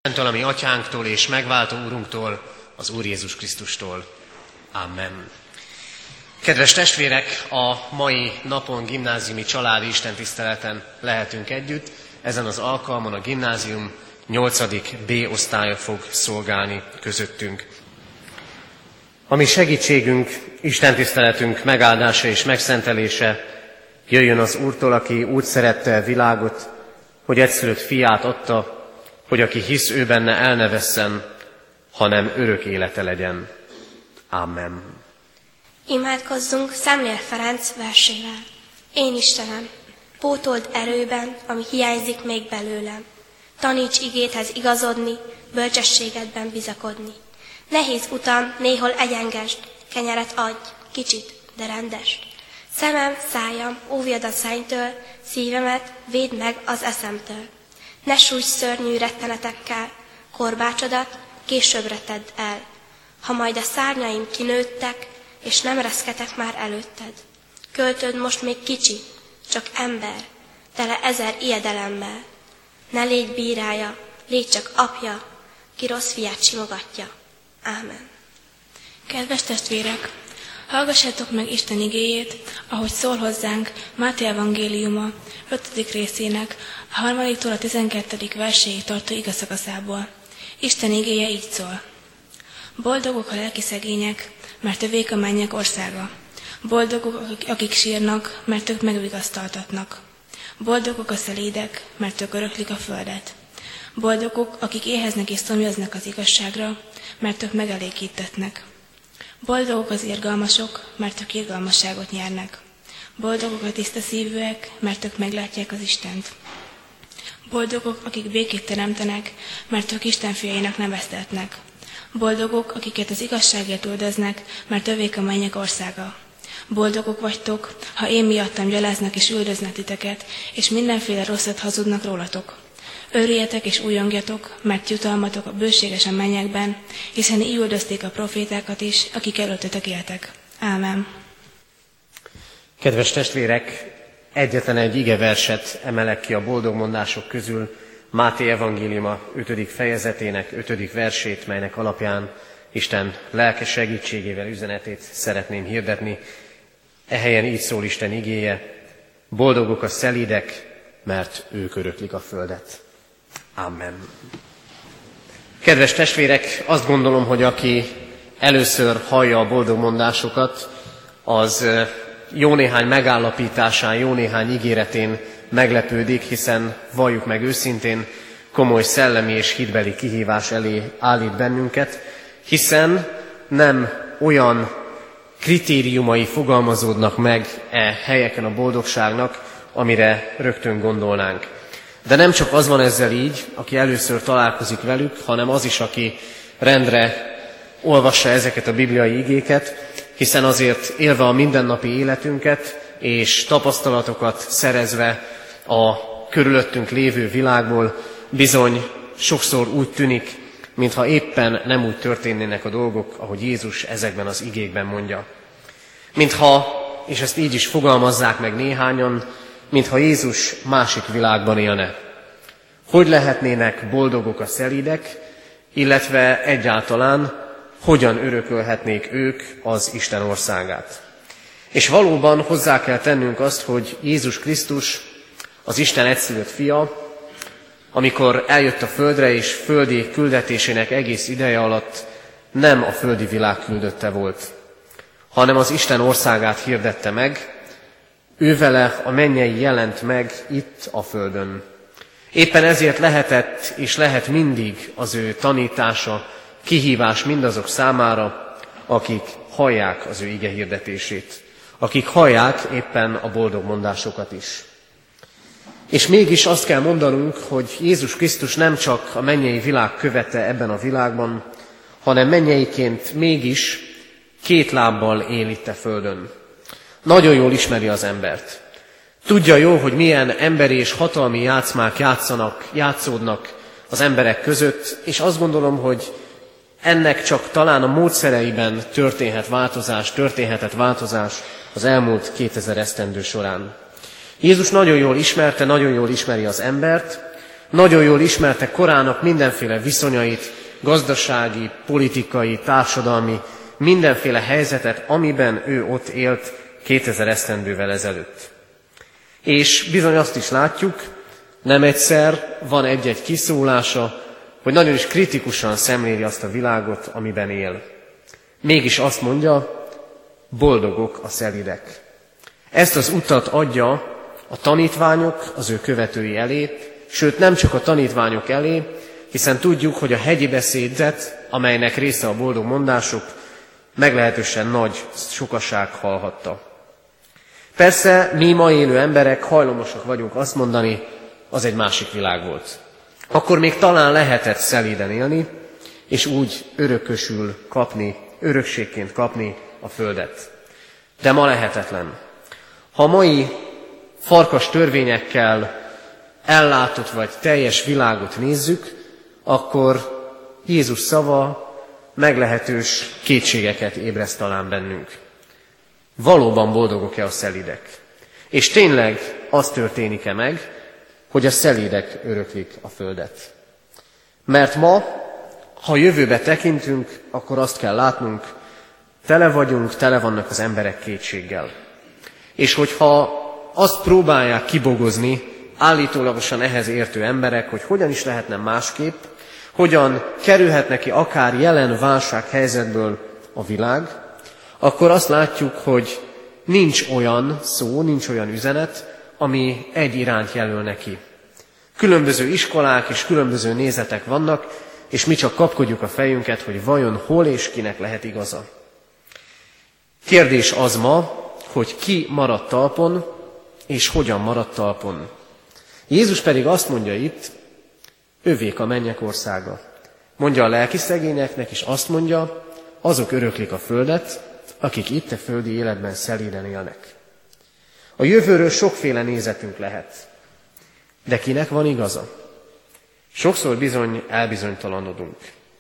Istentől, a mi atyánktól és megváltó Urunktól, az Úr Jézus Krisztustól. Amen. Kedves testvérek, a mai napon gimnáziumi családi istentiszteleten lehetünk együtt. Ezen az alkalmon a gimnázium 8. B osztálya fog szolgálni közöttünk. A mi segítségünk, istentiszteletünk megáldása és megszentelése jöjjön az Úrtól, aki úgy szerette a világot, hogy egyszülött fiát adta, hogy aki hisz ő benne, el ne vesszen, hanem örök élete legyen. Amen. Imádkozzunk Szemlér Ferenc versével. Én Istenem, pótold erőben, ami hiányzik még belőlem. Taníts igédhez igazodni, bölcsességedben bizakodni. Nehéz utam, néhol egyengesd, kenyeret adj, kicsit, de rendest. Szemem, szájam, óvjad a szennytől, szívemet védd meg az eszemtől. Ne sújts szörnyű rettenetekkel, korbácsodat későbbre tedd el. Ha majd a szárnyaim kinőttek, és nem reszketek már előtted. Költöd most még kicsi, csak ember, tele 1000 ijedelemmel. Ne légy bírája, légy csak apja, ki rossz fiát simogatja. Ámen. Kedves testvérek, hallgassátok meg Isten igéjét, ahogy szól hozzánk Máté evangéliuma 5. részének a 3-tól a 12. verséig tartó igazszakaszából. Isten igéje így szól. Boldogok a lelki szegények, mert övék a mennyek országa. Boldogok, akik sírnak, mert ők megvigasztaltatnak. Boldogok a szelídek, mert ők öröklik a földet. Boldogok, akik éheznek és szomjaznak az igazságra, mert ők megelégítetnek. Boldogok az irgalmasok, mert ők irgalmasságot nyernek. Boldogok a tiszta szívűek, mert ők meglátják az Istent. Boldogok, akik békét teremtenek, mert ők Isten fiainak neveztetnek. Boldogok, akiket az igazságért üldöznek, mert övék a mennyek országa. Boldogok vagytok, ha én miattam gyaláznak és üldöznek titeket, és mindenféle rosszat hazudnak rólatok. Örüljetek és újongjatok, mert jutalmatok a bőséges a mennyekben, hiszen így üldözték a profétákat is, akik előttetek éltek. Ámen. Kedves testvérek, egyetlen egy igeverset emelek ki a boldogmondások közül, Máté evangéliuma 5. fejezetének 5. versét, melynek alapján Isten lelke segítségével üzenetét szeretném hirdetni. Ehelyen így szól Isten igéje: boldogok a szelídek, mert ők öröklik a földet. Amen. Kedves testvérek, azt gondolom, hogy aki először hallja a boldogmondásokat, az jó néhány megállapításán, jó néhány ígéretén meglepődik, hiszen valljuk meg őszintén, komoly szellemi és hitbeli kihívás elé állít bennünket, hiszen nem olyan kritériumai fogalmazódnak meg helyeken a boldogságnak, amire rögtön gondolnánk. De nem csak az van ezzel így, aki először találkozik velük, hanem az is, aki rendre olvassa ezeket a bibliai igéket, hiszen azért élve a mindennapi életünket és tapasztalatokat szerezve a körülöttünk lévő világból, bizony sokszor úgy tűnik, mintha éppen nem úgy történnének a dolgok, ahogy Jézus ezekben az igékben mondja. Mintha, és ezt így is fogalmazzák meg néhányan, mintha Jézus másik világban élne. Hogy lehetnének boldogok a szelídek, illetve egyáltalán hogyan örökölhetnék ők az Isten országát. És valóban hozzá kell tennünk azt, hogy Jézus Krisztus, az Isten egyszülött fia, amikor eljött a földre és földi küldetésének egész ideje alatt nem a földi világ küldötte volt, hanem az Isten országát hirdette meg, ővele a mennyei jelent meg itt a földön. Éppen ezért lehetett és lehet mindig az ő tanítása, kihívás mindazok számára, akik hallják az ő ige hirdetését, akik hallják éppen a boldogmondásokat is. És mégis azt kell mondanunk, hogy Jézus Krisztus nem csak a mennyei világ követe ebben a világban, hanem mennyeiként mégis 2 lábbal él itt a földön. Nagyon jól ismeri az embert. Tudja jó, hogy milyen emberi és hatalmi játszmák játszódnak az emberek között, és azt gondolom, hogy ennek csak talán a módszereiben történhetett változás az elmúlt 2000 esztendő során. Jézus nagyon jól ismerte, nagyon jól ismeri az embert, nagyon jól ismerte korának mindenféle viszonyait, gazdasági, politikai, társadalmi, mindenféle helyzetet, amiben ő ott élt 2000 esztendővel ezelőtt. És bizony azt is látjuk, nem egyszer van egy-egy kiszólása, hogy nagyon is kritikusan szemléli azt a világot, amiben él. Mégis azt mondja, boldogok a szelídek. Ezt az utat adja a tanítványok az ő követői elé, sőt nem csak a tanítványok elé, hiszen tudjuk, hogy a hegyi beszédet, amelynek része a boldog mondások, meglehetősen nagy sokaság hallhatta. Persze mi ma élő emberek hajlamosak vagyunk azt mondani, az egy másik világ volt. Akkor még talán lehetett szelíden élni, és úgy örökségként kapni a földet. De ma lehetetlen. Ha a mai farkas törvényekkel ellátott vagy teljes világot nézzük, akkor Jézus szava meglehetős kétségeket ébreszt talán bennünk. Valóban boldogok-e a szelídek? És tényleg az történik-e meg, hogy a szelídek öröklik a földet? Mert ma, ha jövőbe tekintünk, akkor azt kell látnunk, tele vannak az emberek kétséggel. És hogyha azt próbálják kibogozni állítólagosan ehhez értő emberek, hogy hogyan is lehetne másképp, hogyan kerülhet ki akár jelen válsághelyzetből a világ, akkor azt látjuk, hogy nincs olyan szó, nincs olyan üzenet, ami egy irányt jelöl neki. Különböző iskolák és különböző nézetek vannak, és mi csak kapkodjuk a fejünket, hogy vajon hol és kinek lehet igaza. Kérdés az ma, hogy ki maradt talpon, és hogyan maradt talpon. Jézus pedig azt mondja itt, övék a mennyek országa. Mondja a lelki szegényeknek, és azt mondja, azok öröklik a földet, akik itt a földi életben szelíden élnek. A jövőről sokféle nézetünk lehet. De kinek van igaza? Sokszor bizony elbizonytalanodunk.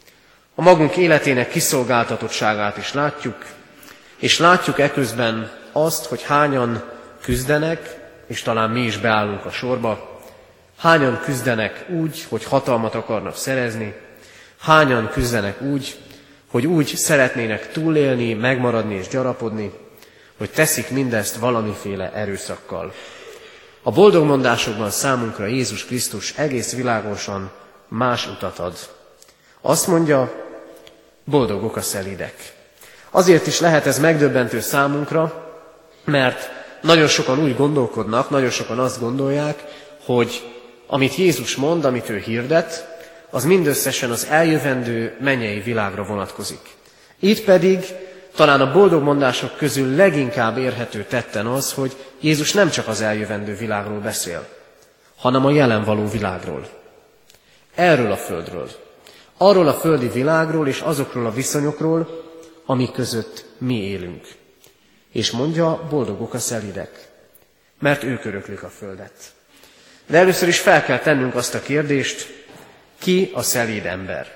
A magunk életének kiszolgáltatottságát is látjuk, és látjuk eközben azt, hogy hányan küzdenek, és talán mi is beállunk a sorba, hányan küzdenek úgy, hogy hatalmat akarnak szerezni, hányan küzdenek úgy, hogy úgy szeretnének túlélni, megmaradni és gyarapodni, hogy teszik mindezt valamiféle erőszakkal. A boldogmondásokban számunkra Jézus Krisztus egész világosan más utat ad. Azt mondja, boldogok a szelídek. Azért is lehet ez megdöbbentő számunkra, mert nagyon sokan úgy gondolkodnak, nagyon sokan azt gondolják, hogy amit Jézus mond, amit ő hirdet, az mindösszesen az eljövendő mennyei világra vonatkozik. Itt pedig talán a boldogmondások közül leginkább érhető tetten az, hogy Jézus nem csak az eljövendő világról beszél, hanem a jelen való világról. Erről a földről. Arról a földi világról és azokról a viszonyokról, amik között mi élünk. És mondja, boldogok a szelídek, mert ők öröklik a földet. De először is fel kell tennünk azt a kérdést, ki a szelíd ember?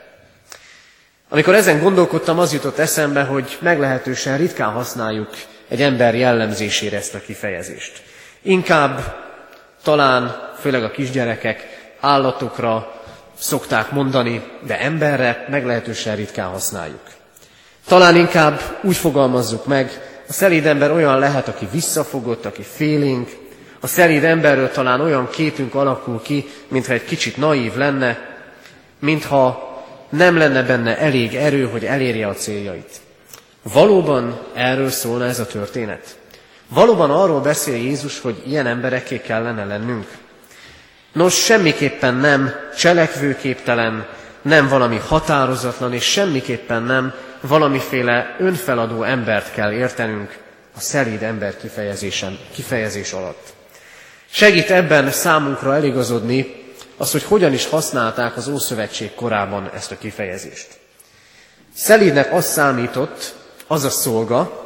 Amikor ezen gondolkodtam, az jutott eszembe, hogy meglehetősen ritkán használjuk egy ember jellemzésére ezt a kifejezést. Inkább talán, főleg a kisgyerekek állatokra szokták mondani, de emberre meglehetősen ritkán használjuk. Talán inkább úgy fogalmazzuk meg, a szelíd ember olyan lehet, aki visszafogott, aki félénk. A szelíd emberről talán olyan képünk alakul ki, mintha egy kicsit naív lenne, mintha nem lenne benne elég erő, hogy elérje a céljait. Valóban erről szólna ez a történet? Valóban arról beszél Jézus, hogy ilyen emberekké kellene lennünk? Nos, semmiképpen nem cselekvőképtelen, nem valami határozatlan, és semmiképpen nem valamiféle önfeladó embert kell értenünk a szelíd ember kifejezés alatt. Segít ebben számunkra eligazodni az, hogy hogyan is használták az Ószövetség korában ezt a kifejezést. Szelídnek az számított, az a szolga,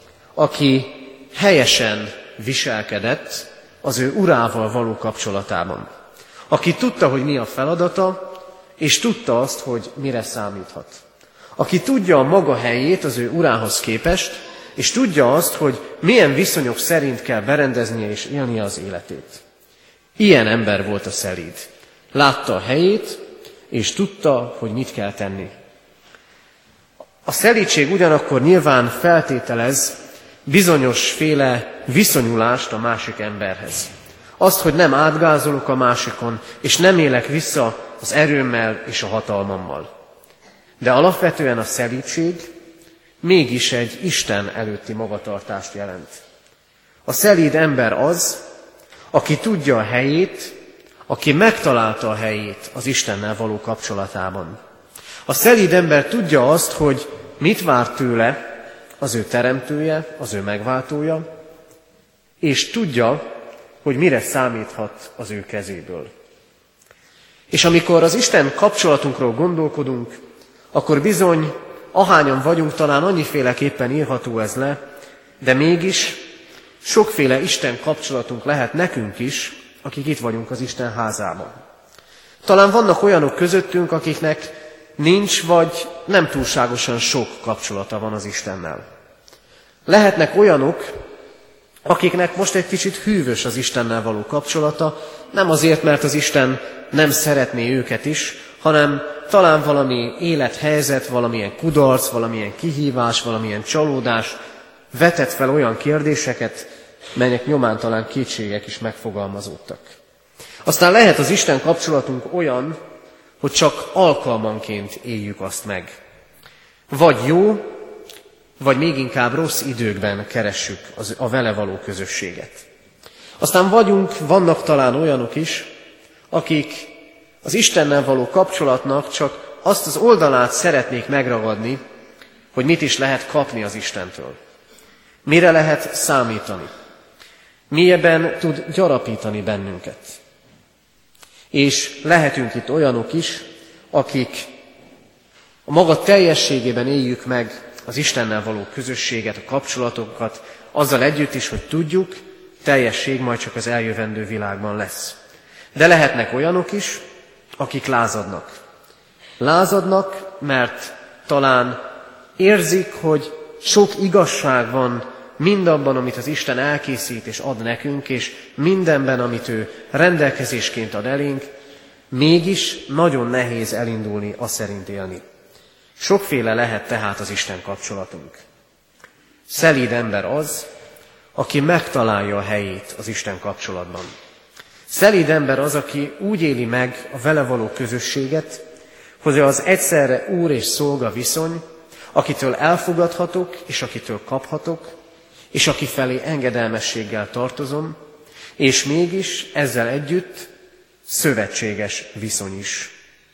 aki helyesen viselkedett az ő urával való kapcsolatában. Aki tudta, hogy mi a feladata, és tudta azt, hogy mire számíthat. Aki tudja a maga helyét az ő urához képest, és tudja azt, hogy milyen viszonyok szerint kell berendeznie és élnie az életét. Ilyen ember volt a szelíd. Látta a helyét, és tudta, hogy mit kell tenni. A szelídség ugyanakkor nyilván feltételez bizonyosféle viszonyulást a másik emberhez. Azt, hogy nem átgázolok a másikon, és nem élek vissza az erőmmel és a hatalmammal. De alapvetően a szelídség mégis egy Isten előtti magatartást jelent. A szelíd ember az, aki tudja a helyét, aki megtalálta a helyét az Istennel való kapcsolatában. A szelíd ember tudja azt, hogy mit vár tőle az ő teremtője, az ő megváltója, és tudja, hogy mire számíthat az ő kezéből. És amikor az Isten kapcsolatunkról gondolkodunk, akkor bizony, ahányan vagyunk, talán annyiféleképpen írható ez le, de mégis sokféle Isten kapcsolatunk lehet nekünk is, akik itt vagyunk az Isten házában. Talán vannak olyanok közöttünk, akiknek nincs vagy nem túlságosan sok kapcsolata van az Istennel. Lehetnek olyanok, akiknek most egy kicsit hűvös az Istennel való kapcsolata, nem azért, mert az Isten nem szeretné őket is, hanem talán valami élethelyzet, valamilyen kudarc, valamilyen kihívás, valamilyen csalódás vetett fel olyan kérdéseket, melynek nyomán talán kétségek is megfogalmazódtak. Aztán lehet az Isten kapcsolatunk olyan, hogy csak alkalmanként éljük azt meg. Vagy jó, vagy még inkább rossz időkben keressük a vele való közösséget. Aztán vannak talán olyanok is, akik az Istennel való kapcsolatnak csak azt az oldalát szeretnék megragadni, hogy mit is lehet kapni az Istentől. Mire lehet számítani. Miében tud gyarapítani bennünket. És lehetünk itt olyanok is, akik a maga teljességében éljük meg az Istennel való közösséget, a kapcsolatokat, azzal együtt is, hogy tudjuk, teljesség majd csak az eljövendő világban lesz. De lehetnek olyanok is, akik lázadnak. Lázadnak, mert talán érzik, hogy sok igazság van mindabban, amit az Isten elkészít és ad nekünk, és mindenben, amit ő rendelkezésként ad elénk, mégis nagyon nehéz elindulni, azt szerint élni. Sokféle lehet tehát az Isten kapcsolatunk. Szelíd ember az, aki megtalálja a helyét az Isten kapcsolatban. Szelíd ember az, aki úgy éli meg a vele való közösséget, hogy az egyszerre úr és szolga viszony, akitől elfogadhatok, és akitől kaphatok, és aki felé engedelmességgel tartozom, és mégis ezzel együtt szövetséges viszony is.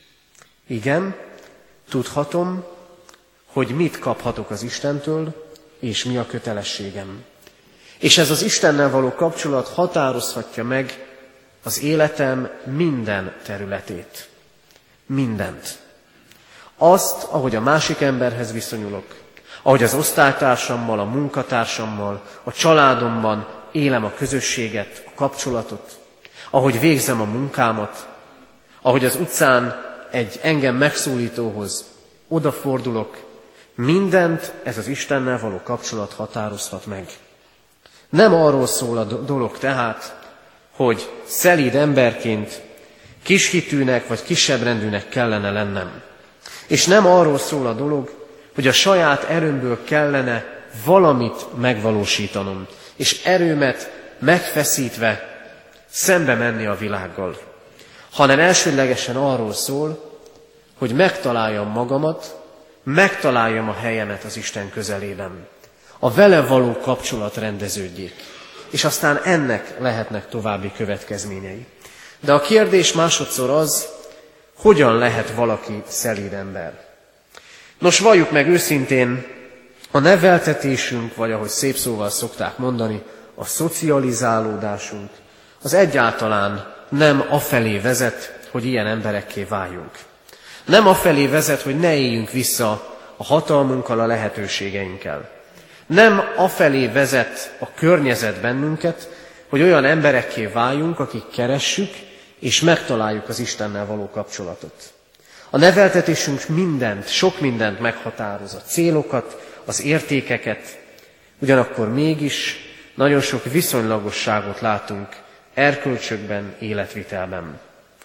Igen, tudhatom, hogy mit kaphatok az Istentől, és mi a kötelességem. És ez az Istennel való kapcsolat határozhatja meg az életem minden területét. Mindent. Azt, ahogy a másik emberhez viszonyulok, ahogy az osztálytársammal, a munkatársammal, a családomban élem a közösséget, a kapcsolatot, ahogy végzem a munkámat, ahogy az utcán egy engem megszólítóhoz odafordulok, mindent ez az Istennel való kapcsolat határozhat meg. Nem arról szól a dolog tehát, hogy szelíd emberként kishitűnek vagy kisebbrendűnek kellene lennem. És nem arról szól a dolog, hogy a saját erőmből kellene valamit megvalósítanom, és erőmet megfeszítve szembe menni a világgal, hanem elsődlegesen arról szól, hogy megtaláljam magamat, megtaláljam a helyemet az Isten közelében. A vele való kapcsolat rendeződjék, és aztán ennek lehetnek további következményei. De a kérdés másodszor az, hogyan lehet valaki szelíd ember? Nos, valljuk meg őszintén, a neveltetésünk, vagy ahogy szép szóval szokták mondani, a szocializálódásunk, az egyáltalán nem afelé vezet, hogy ilyen emberekké váljunk. Nem afelé vezet, hogy ne éljünk vissza a hatalmunkkal, a lehetőségeinkkel. Nem afelé vezet a környezet bennünket, hogy olyan emberekké váljunk, akik keressük és megtaláljuk az Istennel való kapcsolatot. A neveltetésünk mindent, sok mindent meghatároz, a célokat, az értékeket, ugyanakkor mégis nagyon sok viszonylagosságot látunk erkölcsökben, életvitelben.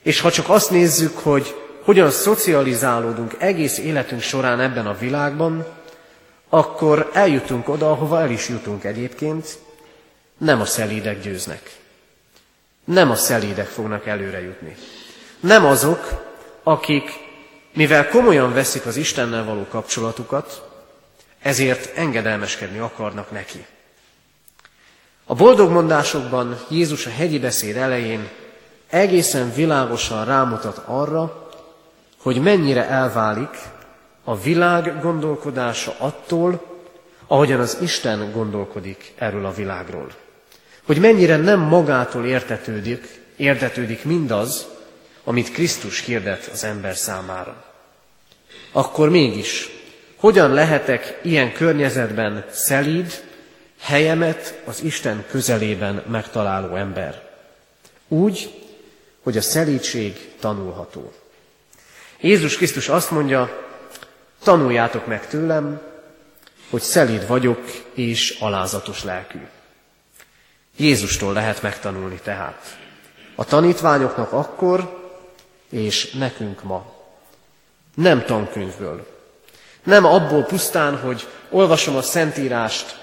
És ha csak azt nézzük, hogy hogyan szocializálódunk egész életünk során ebben a világban, akkor eljutunk oda, ahova el is jutunk egyébként, nem a szelídek győznek. Nem a szelídek fognak előre jutni. Nem azok, akik, mivel komolyan veszik az Istennel való kapcsolatukat, ezért engedelmeskedni akarnak neki. A boldogmondásokban Jézus a hegyi beszéd elején egészen világosan rámutat arra, hogy mennyire elválik a világ gondolkodása attól, ahogyan az Isten gondolkodik erről a világról. Hogy mennyire nem magától értetődik mindaz, amit Krisztus hirdet az ember számára. Akkor mégis, hogyan lehetek ilyen környezetben szelíd, helyemet az Isten közelében megtaláló ember? Úgy, hogy a szelídség tanulható. Jézus Krisztus azt mondja, tanuljátok meg tőlem, hogy szelíd vagyok és alázatos lelkű. Jézustól lehet megtanulni tehát. A tanítványoknak akkor, és nekünk ma. Nem tankönyvből. Nem abból pusztán, hogy olvasom a Szentírást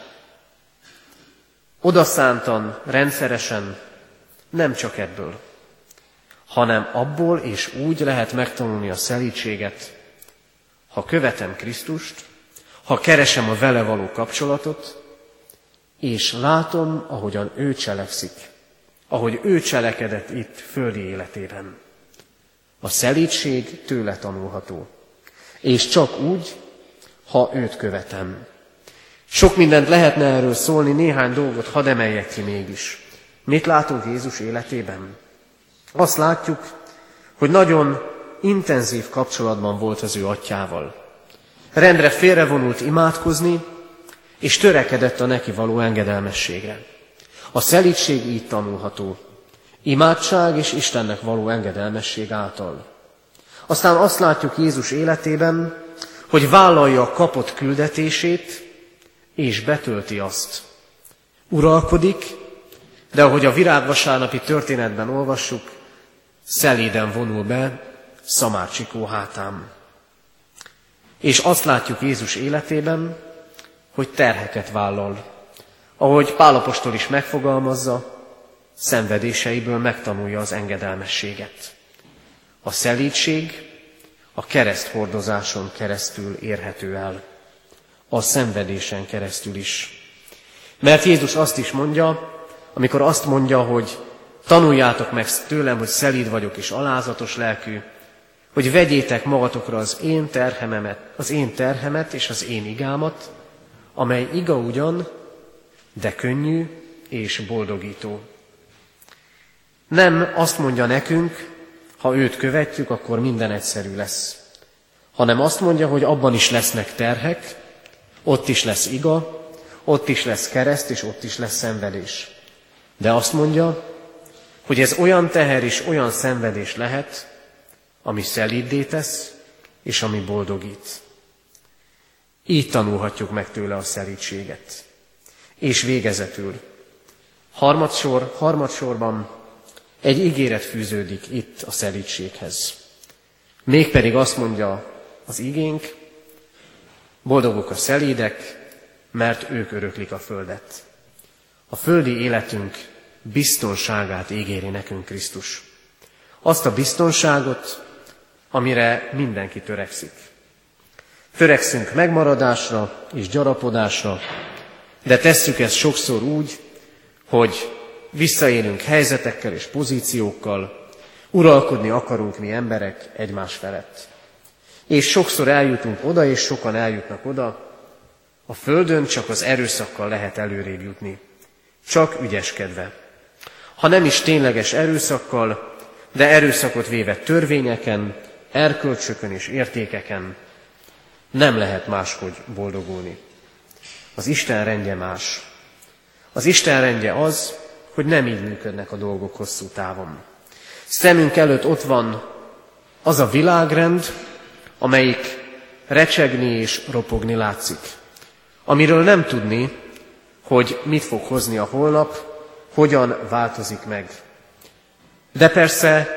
odaszántan, rendszeresen, nem csak ebből, hanem abból és úgy lehet megtanulni a szelídséget, ha követem Krisztust, ha keresem a vele való kapcsolatot, és látom, ahogyan ő cselekszik, ahogy ő cselekedett itt földi életében. A szelídség tőle tanulható, és csak úgy, ha őt követem. Sok mindent lehetne erről szólni, néhány dolgot hadd emeljek ki mégis. Mit látunk Jézus életében? Azt látjuk, hogy nagyon intenzív kapcsolatban volt az ő atyjával. Rendre félrevonult imádkozni, és törekedett a neki való engedelmességre. A szelídség így tanulható. Imádság és Istennek való engedelmesség által. Aztán azt látjuk Jézus életében, hogy vállalja a kapott küldetését, és betölti azt. Uralkodik, de ahogy a virágvasárnapi történetben olvassuk, szelíden vonul be szamárcsikó hátán. És azt látjuk Jézus életében, hogy terheket vállal. Ahogy Pál apostol is megfogalmazza, szenvedéseiből megtanulja az engedelmességet. A szelídség a kereszthordozáson keresztül érhető el, a szenvedésen keresztül is. Mert Jézus azt is mondja, amikor azt mondja, hogy tanuljátok meg tőlem, hogy szelíd vagyok és alázatos lelkű, hogy vegyétek magatokra az én terhemet és az én igámat, amely iga ugyan, de könnyű és boldogító. Nem azt mondja nekünk, ha őt követjük, akkor minden egyszerű lesz, hanem azt mondja, hogy abban is lesznek terhek, ott is lesz iga, ott is lesz kereszt, és ott is lesz szenvedés. De azt mondja, hogy ez olyan teher és olyan szenvedés lehet, ami szelíddé tesz, és ami boldogít. Így tanulhatjuk meg tőle a szelídséget. És végezetül, harmadsorban egy ígéret fűződik itt a szelídséghez. Mégpedig azt mondja az igénk, boldogok a szelídek, mert ők öröklik a földet. A földi életünk biztonságát ígéri nekünk Krisztus. Azt a biztonságot, amire mindenki törekszik. Törekszünk megmaradásra és gyarapodásra, de tesszük ezt sokszor úgy, hogy visszaélünk helyzetekkel és pozíciókkal, uralkodni akarunk mi emberek egymás felett. És sokszor eljutunk oda, és sokan eljutnak oda, a földön csak az erőszakkal lehet előrébb jutni, csak ügyeskedve. Ha nem is tényleges erőszakkal, de erőszakot véve törvényeken, erkölcsökön és értékeken, nem lehet máshogy boldogulni. Az Isten rendje más. Az Isten rendje az, hogy nem így működnek a dolgok hosszú távon. Szemünk előtt ott van az a világrend, amelyik recsegni és ropogni látszik. Amiről nem tudni, hogy mit fog hozni a holnap, hogyan változik meg. De persze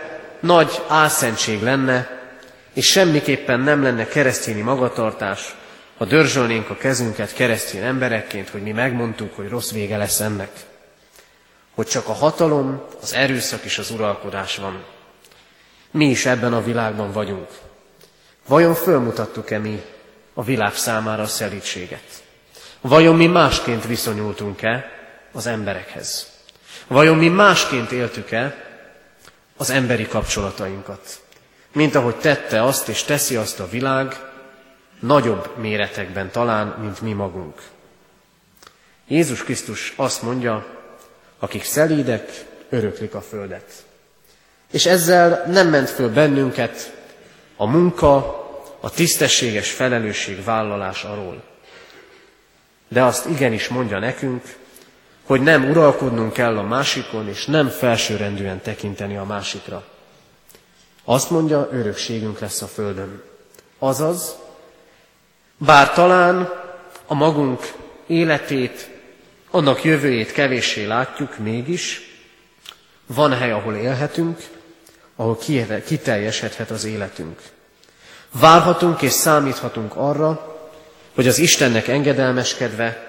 nagy álszentség lenne, és semmiképpen nem lenne keresztényi magatartás, ha dörzsölnénk a kezünket keresztény emberekként, hogy mi megmondtuk, hogy rossz vége lesz ennek. Hogy csak a hatalom, az erőszak és az uralkodás van. Mi is ebben a világban vagyunk. Vajon fölmutattuk-e mi a világ számára a szelídséget? Vajon mi másként viszonyultunk-e az emberekhez? Vajon mi másként éltük-e az emberi kapcsolatainkat? Mint ahogy tette azt és teszi azt a világ, nagyobb méretekben talán, mint mi magunk. Jézus Krisztus azt mondja, akik szelídek, öröklik a földet. És ezzel nem ment föl bennünket a munka, a tisztességes felelősségvállalás alól. De azt igenis mondja nekünk, hogy nem uralkodnunk kell a másikon, és nem felsőrendűen tekinteni a másikra. Azt mondja, örökségünk lesz a földön. Azaz, bár talán a magunk életét, annak jövőjét kevéssé látjuk, mégis van hely, ahol élhetünk, ahol kiteljesedhet az életünk. Várhatunk és számíthatunk arra, hogy az Istennek engedelmeskedve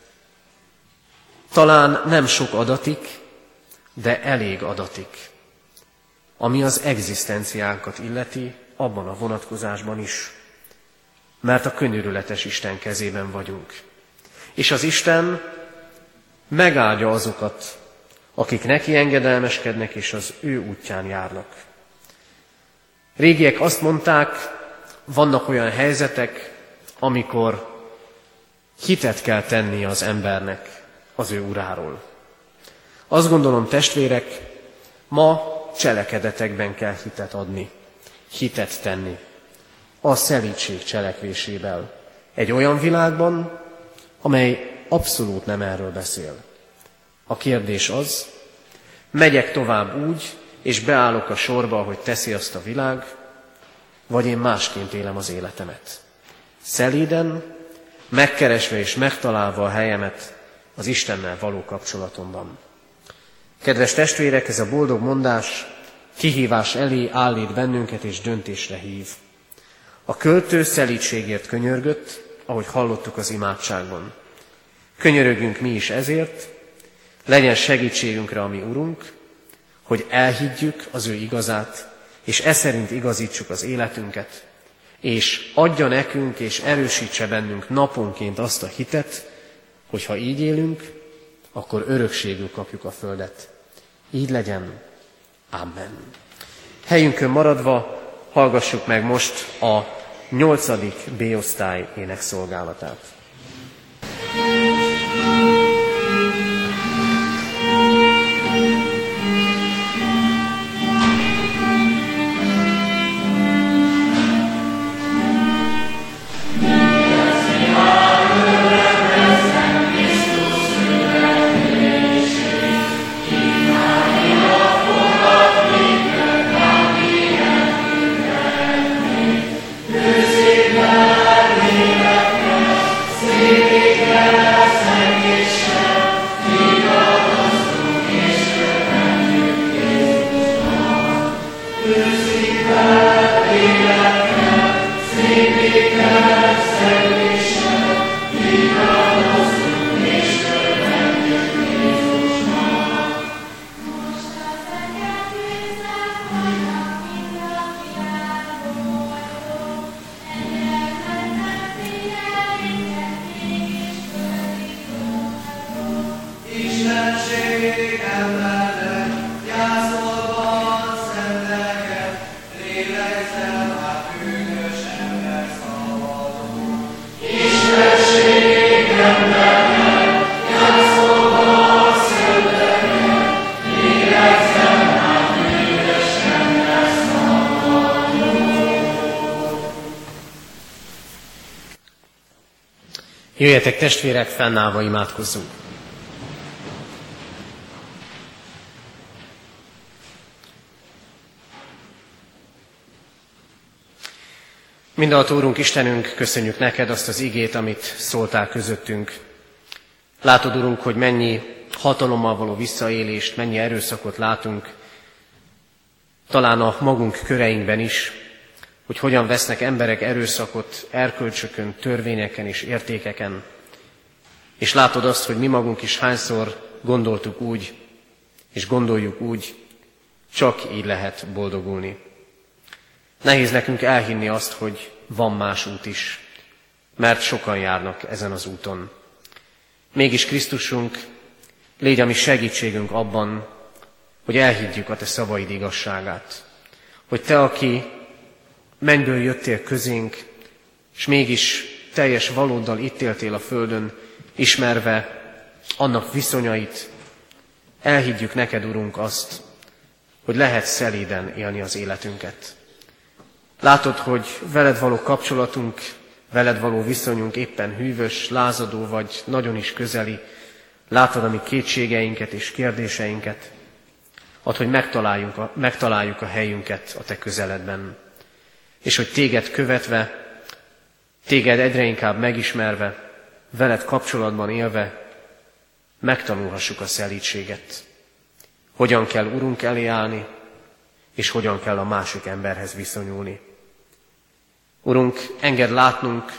talán nem sok adatik, de elég adatik, ami az egzisztenciánkat illeti abban a vonatkozásban is. Mert a könyörületes Isten kezében vagyunk. És az Isten megáldja azokat, akik neki engedelmeskednek és az ő útján járnak. Régiek azt mondták, vannak olyan helyzetek, amikor hitet kell tennie az embernek az ő uráról. Azt gondolom, testvérek, ma cselekedetekben kell hitet adni, hitet tenni, a szelídség cselekvésével. Egy olyan világban, amely abszolút nem erről beszél. A kérdés az, megyek tovább úgy, és beállok a sorba, ahogy teszi azt a világ, vagy én másként élem az életemet. Szelíden, megkeresve és megtalálva a helyemet az Istennel való kapcsolatomban. Kedves testvérek, ez a boldog mondás kihívás elé állít bennünket és döntésre hív. A költő szelídségért könyörgött, ahogy hallottuk az imádságban. Könyörögjünk mi is ezért, legyen segítségünkre a mi Urunk, hogy elhiggyük az ő igazát, és e szerint igazítsuk az életünket, és adja nekünk és erősítse bennünk naponként azt a hitet, hogy ha így élünk, akkor örökségül kapjuk a földet. Így legyen. Amen. Helyünkön maradva hallgassuk meg most a 8. B-osztály énekszolgálatát. Jöjjetek testvérek, fennállva imádkozzunk. Mindenható Úrunk, Istenünk, köszönjük neked azt az igét, amit szóltál közöttünk. Látod, Urunk, hogy mennyi hatalommal való visszaélést, mennyi erőszakot látunk talán a magunk köreinkben is, hogy hogyan vesznek emberek erőszakot erkölcsökön, törvényeken és értékeken. És látod azt, hogy mi magunk is hányszor gondoltuk úgy, és gondoljuk úgy, csak így lehet boldogulni. Nehéz nekünk elhinni azt, hogy van más út is, mert sokan járnak ezen az úton. Mégis Krisztusunk, légy a mi segítségünk abban, hogy elhiggyük a te szavaid igazságát. Hogy te, aki mennyből jöttél közénk, és mégis teljes valóddal itt éltél a földön, ismerve annak viszonyait, elhiggyük neked, Urunk, azt, hogy lehet szelíden élni az életünket. Látod, hogy veled való kapcsolatunk, veled való viszonyunk éppen hűvös, lázadó vagy nagyon is közeli. Látod a mi kétségeinket és kérdéseinket. Add, hogy megtaláljuk a helyünket a te közeledben. És hogy téged követve, téged egyre inkább megismerve, veled kapcsolatban élve, megtanulhassuk a szelídséget. Hogyan kell Urunk elé állni, és hogyan kell a másik emberhez viszonyulni. Urunk, engedd látnunk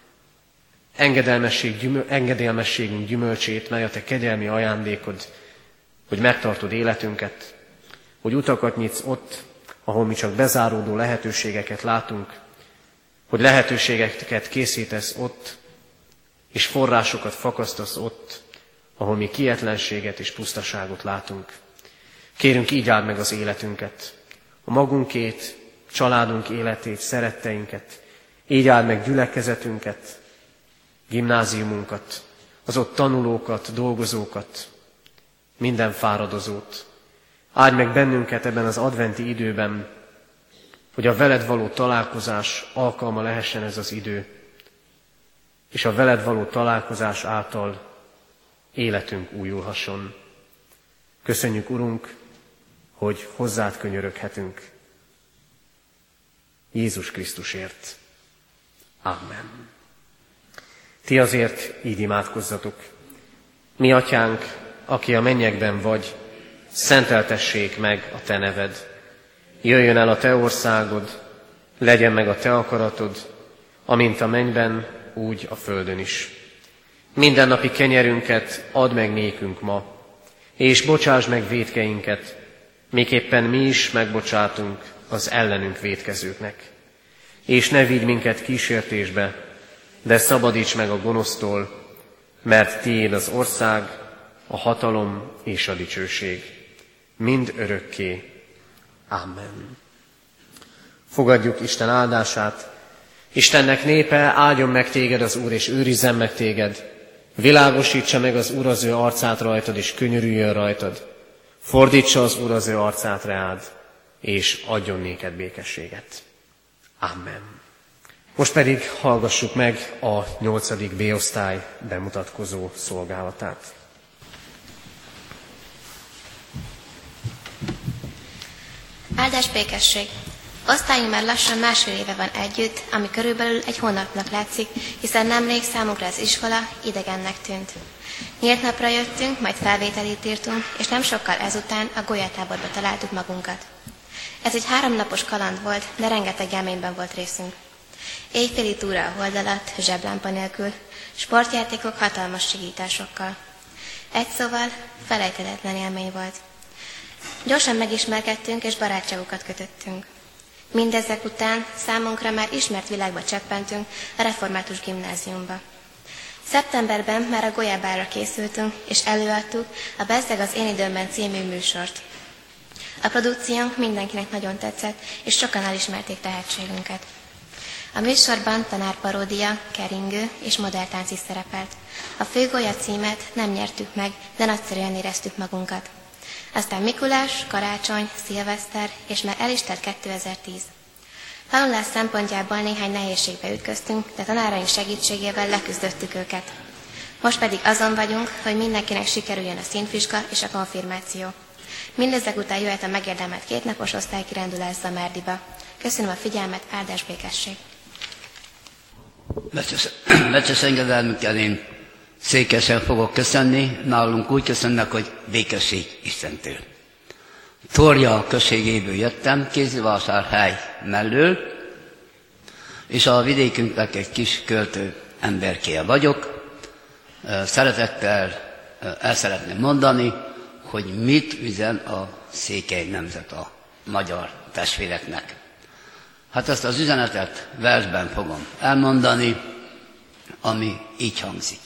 engedelmességünk gyümölcsét, mely a te kegyelmi ajándékod, hogy megtartod életünket, hogy utakat nyitsz ott, ahol mi csak bezáródó lehetőségeket látunk, hogy lehetőségeket készítesz ott, és forrásokat fakasztasz ott, ahol mi kietlenséget és pusztaságot látunk. Kérünk, így áld meg az életünket, a magunkét, családunk életét, szeretteinket, így áld meg gyülekezetünket, gimnáziumunkat, az ott tanulókat, dolgozókat, minden fáradozót. Áld meg bennünket ebben az adventi időben, hogy a veled való találkozás alkalma lehessen ez az idő, és a veled való találkozás által életünk újulhasson. Köszönjük, Urunk, hogy hozzád könyöröghetünk. Jézus Krisztusért. Amen. Ti azért így imádkozzatok. Mi atyánk, aki a mennyekben vagy, szenteltessék meg a te neved. Jöjjön el a te országod, legyen meg a te akaratod, amint a mennyben, úgy a földön is. Mindennapi kenyerünket add meg nékünk ma, és bocsásd meg vétkeinket, miképpen mi is megbocsátunk az ellenünk vétkezőknek. És ne vigy minket kísértésbe, de szabadíts meg a gonosztól, mert tiéd az ország, a hatalom és a dicsőség, mind örökké. Amen. Fogadjuk Isten áldását. Istennek népe, áldjon meg téged az Úr, és őrizzen meg téged. Világosítsa meg az Úr az ő arcát rajtad, és könyörüljön rajtad. Fordítsa az Úr az ő arcát reád, és adjon néked békességet. Amen. Most pedig hallgassuk meg a 8. B-osztály bemutatkozó szolgálatát. Áldás békesség! Osztályunk már lassan másfél éve van együtt, ami körülbelül egy hónapnak látszik, hiszen nemrég számunkra az iskola idegennek tűnt. Nyílt napra jöttünk, majd felvételit írtunk, és nem sokkal ezután a golyatáborba találtuk magunkat. Ez egy 3 napos kaland volt, de rengeteg élményben volt részünk. Éjféli túra a hold alatt, zseblámpa nélkül, sportjátékok hatalmas sigításokkal. Egy szóval felejthetetlen élmény volt. Gyorsan megismerkedtünk és barátságokat kötöttünk. Mindezek után számunkra már ismert világba cseppentünk a református gimnáziumba. Szeptemberben már a golyábára készültünk, és előadtuk a Bezzeg az én időmben című műsort. A produkciónk mindenkinek nagyon tetszett, és sokan elismerték tehetségünket. A műsorban tanárparódia, keringő és modelltánc is szerepelt. A főgolya címet nem nyertük meg, de nagyszerűen éreztük magunkat. Aztán Mikulás, karácsony, szilveszter, és már el is telt 2010. Tanulás szempontjából néhány nehézségbe ütköztünk, de tanáraink segítségével leküzdöttük őket. Most pedig azon vagyunk, hogy mindenkinek sikerüljön a színvizsga és a konfirmáció. Mindezek után jöhet a megérdemelt 2 napos osztálykirendulás Zamárdiba. Köszönöm a figyelmet, áldás békesség! Becses engedelmükkel én székesen fogok köszönni, nálunk úgy köszönnek, hogy békesség Istentől. Torja községéből jöttem, Kézivásárhely mellől, és a vidékünknek egy kis költő emberkéje vagyok. Szeretettel el szeretném mondani, hogy mit üzen a székely nemzet a magyar testvéreknek. Hát ezt az üzenetet versben fogom elmondani, ami így hangzik.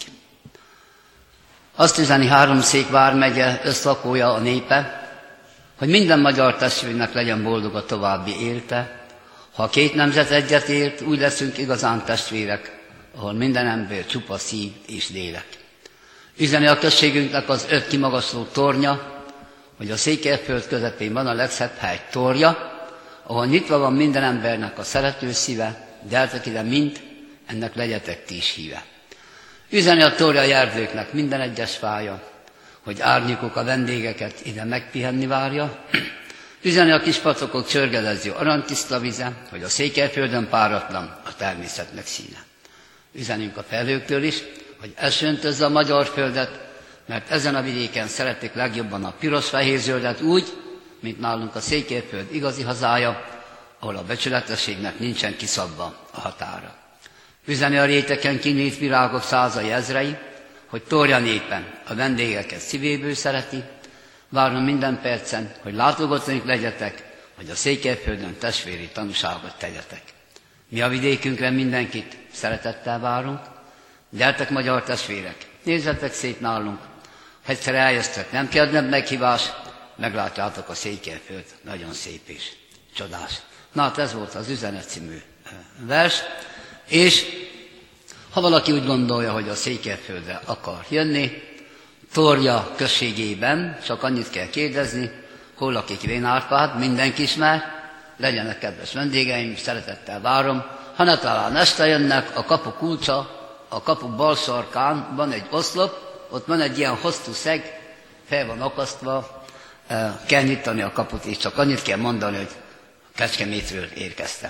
Azt üzeni Háromszék vármegye összlakója, a népe, hogy minden magyar testvérnek legyen boldog a további élte. Ha a két nemzet egyet ért, úgy leszünk igazán testvérek, ahol minden ember csupa szív és lélek. Üzeni a községünknek az 5 kimagasló tornya, hogy a Székelyföld közepén van a legszebb hely Torja, ahol nyitva van minden embernek a szerető szíve, gyertek ide mind, ennek legyetek ti is híve. Üzeni a Torja erdőknek minden egyes fája, hogy árnyékok a vendégeket ide megpihenni várja. Üzeni a kispacokok csörgedező aranytiszta vize, hogy a Székelyföldön páratlan a természetnek színe. Üzenünk a felhőktől is, hogy esöntözze a magyar földet, mert ezen a vidéken szeretik legjobban a piros-fehér-zöldet úgy, mint nálunk a Székelyföld igazi hazája, ahol a becsületességnek nincsen kiszabva a határa. Üzeni a réteken kinyílt virágok százai ezrei, hogy Torja népen a vendégeket szívéből szereti. Várom minden percen, hogy látogatóink legyetek, hogy a Székelyföldön testvéri tanúságot tegyetek. Mi a vidékünkre mindenkit szeretettel várunk. Gyertek, magyar testvérek, nézzetek szét nálunk. Ha egyszer eljöttek, nem kell több meghívás, meglátjátok a Székelyföld, nagyon szép és csodás. Na hát ez volt az Üzenet című vers, és ha valaki úgy gondolja, hogy a Székelyföldre akar jönni, Torja községében, csak annyit kell kérdezni, hol lakik Vén Árpád, mindenki ismer, legyenek kedves vendégeim, szeretettel várom. Ha ne talán este jönnek, a kapu kulcsa, a kapu bal sarkán van egy oszlop, ott van egy ilyen hosszú szeg, fel van akasztva, kell nyitani a kaput, és csak annyit kell mondani, hogy Kecskemétről érkeztem.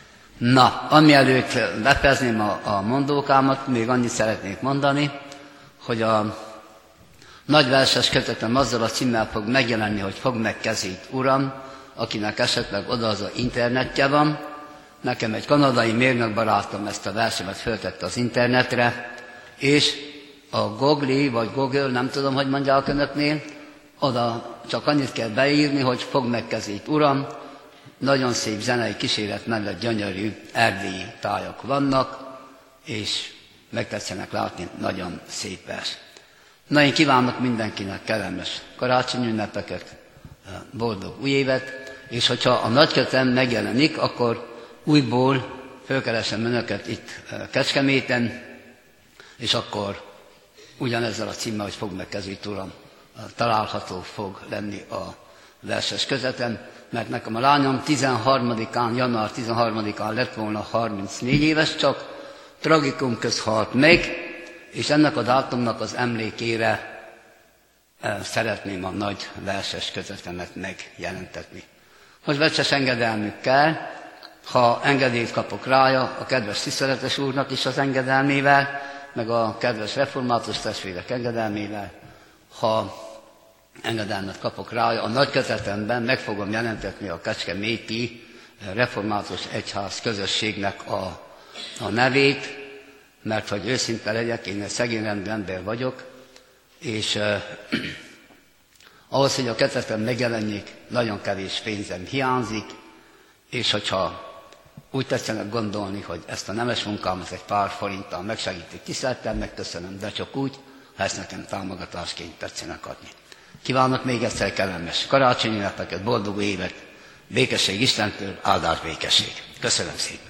Na, amielőtt befejezném a mondókámat, még annyit szeretnék mondani, hogy a nagy verses kötetem azzal a címmel fog megjelenni, hogy fogd meg kezét, Uram, akinek esetleg odahaza internetje van. Nekem egy kanadai mérnökbarátom ezt a versemet föltette az internetre, és a Google, vagy Google, nem tudom, hogy mondják önöknél, oda csak annyit kell beírni, hogy fogd meg kezét, Uram. Nagyon szép zenei kíséret mellett gyönyörű erdélyi tájak vannak, és megtetszenek látni, nagyon szép vers. Na, én kívánok mindenkinek kellemes karácsonyünnepeket, boldog új évet, és hogyha a nagykötem megjelenik, akkor újból fölkeresem önöket itt Kecskeméten, és akkor ugyanezzel a címmel, hogy fogd meg kezét, Uram, található fog lenni a verses kötetem, mert nekem a lányom 13-án, január 13-án lett volna 34 éves, csak tragikum köz halt meg, és ennek a dátumnak az emlékére szeretném a nagy verses kötetemet megjelentetni. Most becses engedelmükkel, ha engedélyt kapok rája, a kedves tiszteletes úrnak is az engedelmével, meg a kedves református testvérek engedelmével, ha engedelmet kapok rája, a nagy kötetemben meg fogom jelentetni a kecskeméti református egyház közösségnek a nevét, mert hogy őszinte legyek, én egy szegény rendű ember vagyok, és ahhoz, hogy a kötetem megjelenjék, nagyon kevés pénzem hiányzik, és hogyha úgy tetszenek gondolni, hogy ezt a nemes munkámat egy pár forinttal megsegítik, tisztelettel megköszönöm, de csak úgy, ha ezt nekem támogatásként tetszenek adni. Kívánok még egyszer kellemes karácsonyi ünnepeket, boldog évet, békesség Istentől, áldás békesség. Köszönöm szépen!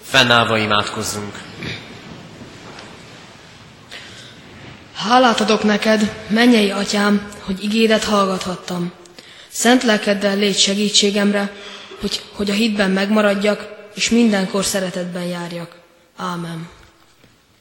Fennállva imádkozzunk. Hálát adok neked, mennyei atyám, hogy igédet hallgathattam. Szent lelkeddel légy segítségemre, hogy a hitben megmaradjak, és mindenkor szeretetben járjak. Ámen.